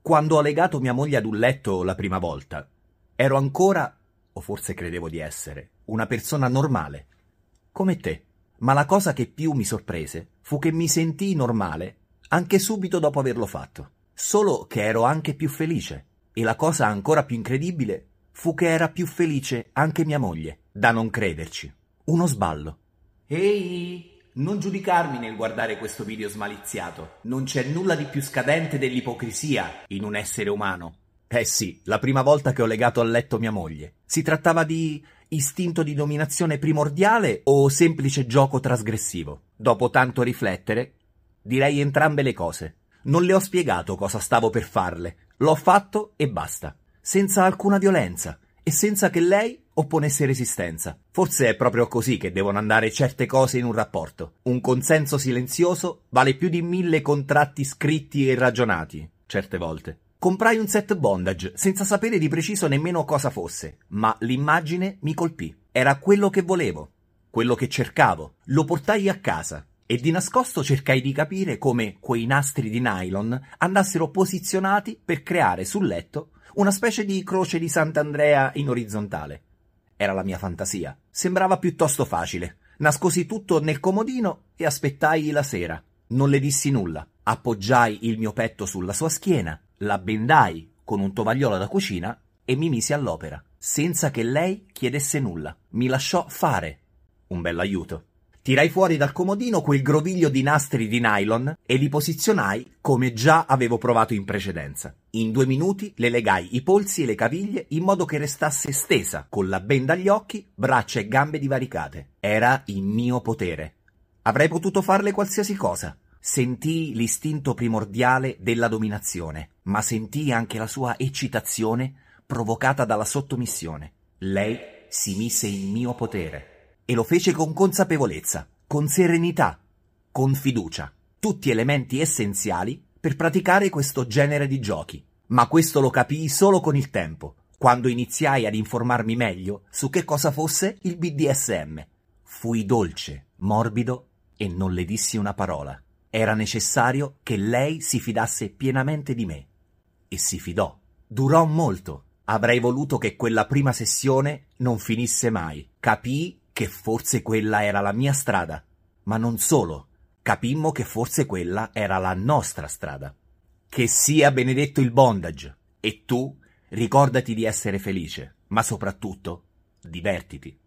Quando ho legato mia moglie ad un letto la prima volta, ero ancora, o forse credevo di essere, una persona normale, come te. Ma la cosa che più mi sorprese fu che mi sentii normale anche subito dopo averlo fatto. Solo che ero anche più felice. E la cosa ancora più incredibile fu che era più felice anche mia moglie. Da non crederci. Uno sballo. Ehi! Non giudicarmi nel guardare questo video smaliziato. Non c'è nulla di più scadente dell'ipocrisia in un essere umano. Eh sì, la prima volta che ho legato al letto mia moglie. Si trattava di istinto di dominazione primordiale o semplice gioco trasgressivo? Dopo tanto riflettere, direi entrambe le cose. Non le ho spiegato cosa stavo per farle. L'ho fatto e basta. Senza alcuna violenza e senza che lei opponesse resistenza. Forse è proprio così che devono andare certe cose in un rapporto. Un consenso silenzioso vale più di 1000 contratti scritti e ragionati, certe volte. Comprai un set bondage senza sapere di preciso nemmeno cosa fosse, ma l'immagine mi colpì. Era quello che volevo, quello che cercavo. Lo portai a casa e di nascosto cercai di capire come quei nastri di nylon andassero posizionati per creare sul letto una specie di croce di Sant'Andrea in orizzontale. Era la mia fantasia. Sembrava piuttosto facile. Nascosi tutto nel comodino e aspettai la sera. Non le dissi nulla. Appoggiai il mio petto sulla sua schiena, la bendai con un tovagliolo da cucina e mi misi all'opera, senza che lei chiedesse nulla. Mi lasciò fare. Un bell'aiuto. Tirai fuori dal comodino quel groviglio di nastri di nylon e li posizionai come già avevo provato in precedenza. In 2 minuti le legai i polsi e le caviglie in modo che restasse stesa, con la benda agli occhi, braccia e gambe divaricate. Era in mio potere. Avrei potuto farle qualsiasi cosa. Sentii l'istinto primordiale della dominazione, ma sentii anche la sua eccitazione provocata dalla sottomissione. Lei si mise in mio potere. E lo fece con consapevolezza, con serenità, con fiducia. Tutti elementi essenziali per praticare questo genere di giochi. Ma questo lo capii solo con il tempo, quando iniziai ad informarmi meglio su che cosa fosse il BDSM. Fui dolce, morbido e non le dissi una parola. Era necessario che lei si fidasse pienamente di me. E si fidò. Durò molto. Avrei voluto che quella prima sessione non finisse mai. Capii che forse quella era la mia strada. Ma non solo. Capimmo che forse quella era la nostra strada. Che sia benedetto il bondage. E tu ricordati di essere felice, ma soprattutto divertiti.